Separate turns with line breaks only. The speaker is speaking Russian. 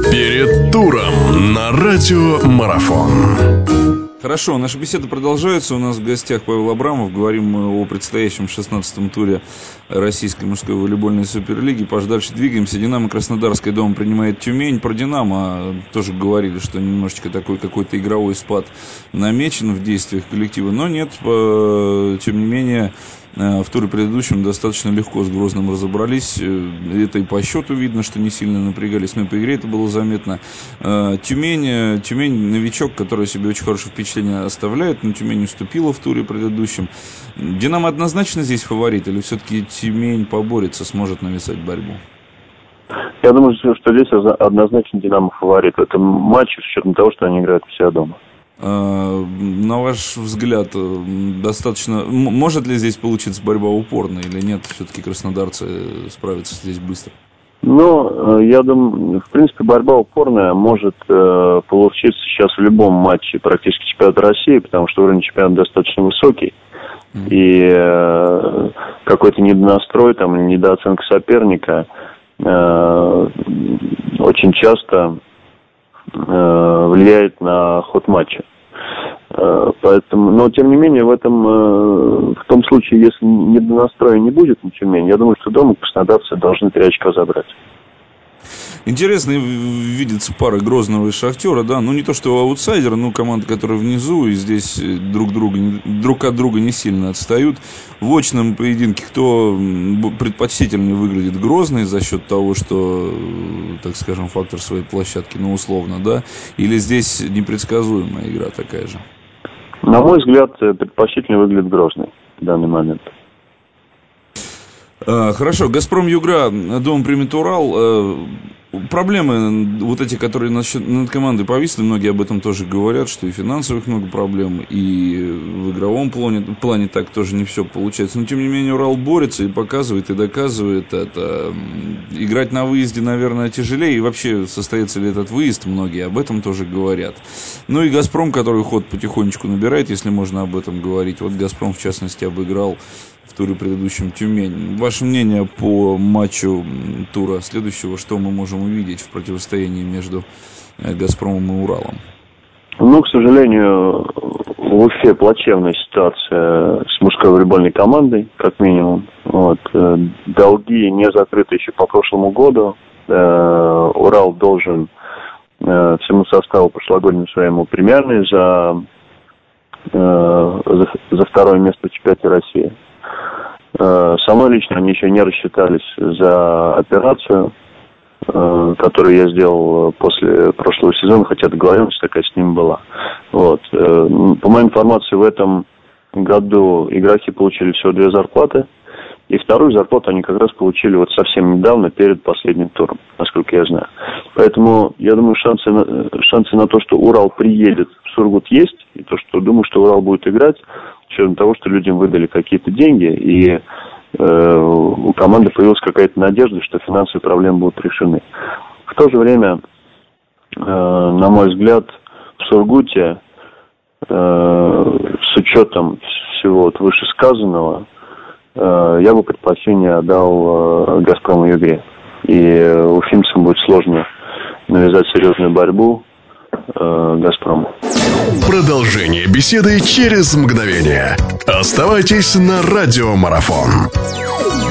Перед туром на радио Марафон.
Хорошо, наша беседа продолжается. У нас в гостях Павел Абрамов. Говорим мы о предстоящем 16-м туре российской мужской волейбольной суперлиги. Паш, дальше двигаемся. «Динамо» Краснодарская дома принимает Тюмень. Про «Динамо» тоже говорили, что немножечко такой какой-то игровой спад намечен в действиях коллектива. Но нет, тем не менее, в туре предыдущем достаточно легко с Грозным разобрались. Это и по счету видно, что не сильно напрягались, но и по игре это было заметно. Тюмень новичок, который себе очень хорошее впечатление оставляет, но Тюмень уступила в туре предыдущем. «Динамо» однозначно здесь фаворит, или все-таки Тюмень поборется, сможет навязать борьбу?
Я думаю, что здесь однозначно «Динамо» фаворит в этом матче, с учетом того, что они играют у себя дома.
На ваш взгляд, достаточно... Может ли здесь получиться борьба упорная или нет? Все-таки краснодарцы справятся здесь быстро.
Ну, я думаю, в принципе, борьба упорная может получиться сейчас в любом матче практически чемпионата России, потому что уровень чемпионата достаточно высокий. И какой-то недонастрой, там, недооценка соперника очень часто влияет на ход матча. Поэтому, но тем не менее в том случае, если недонастроя не будет на Тюмень, я думаю, что дома краснодарцы должны 3 очка забрать.
Интересно видится пара Грозного и Шахтера, да, ну не то что аутсайдер, но команда, которая внизу, и здесь друг от друга не сильно отстают. В очном поединке кто предпочтительнее выглядит? Грозный за счет того, что, так скажем, фактор своей площадки, ну условно, да, или здесь непредсказуемая игра такая же?
На мой взгляд, предпочтительнее выглядит Грозный в данный момент.
Хорошо, «Газпром» Югра дома примет Урал. Проблемы вот эти, которые над командой повисли, многие об этом тоже говорят, что и финансовых много проблем, и в игровом плане так тоже не все получается. Но тем не менее Урал борется и показывает, и доказывает это. Играть на выезде, наверное, тяжелее, и вообще состоится ли этот выезд, многие об этом тоже говорят. Ну и «Газпром», который ход потихонечку набирает, если можно об этом говорить. Вот «Газпром» в частности обыграл в туре предыдущем Тюмень. Ваше мнение по матчу тура следующего, что мы можем увидеть в противостоянии между «Газпромом» и «Уралом»?
Ну, к сожалению, в Уфе плачевная ситуация с мужской волейбольной командой, как минимум. Вот. Долги не закрыты еще по прошлому году. Урал должен всему составу прошлогоднему своему премиальный за 2-е место в чемпионате России. Со мной лично они еще не рассчитались за операцию, которую я сделал после прошлого сезона, хотя договоренность такая с ним была. Вот. По моей информации, в этом году игроки получили всего 2 зарплаты, и 2-ю зарплату они как раз получили вот совсем недавно, перед последним туром, насколько я знаю. Поэтому, я думаю, шансы на то, что Урал приедет в Сургут, есть, и то, что думаю, что Урал будет играть, с учетом того, что людям выдали какие-то деньги, и у команды появилась какая-то надежда, что финансовые проблемы будут решены. В то же время, на мой взгляд, в Сургуте, с учетом всего вот вышесказанного, я бы предпочтение отдал «Газпрому» Югре. И уфимцам будет сложно навязать серьезную борьбу «Газпрому».
Продолжение беседы через мгновение. Оставайтесь на радио Марафон.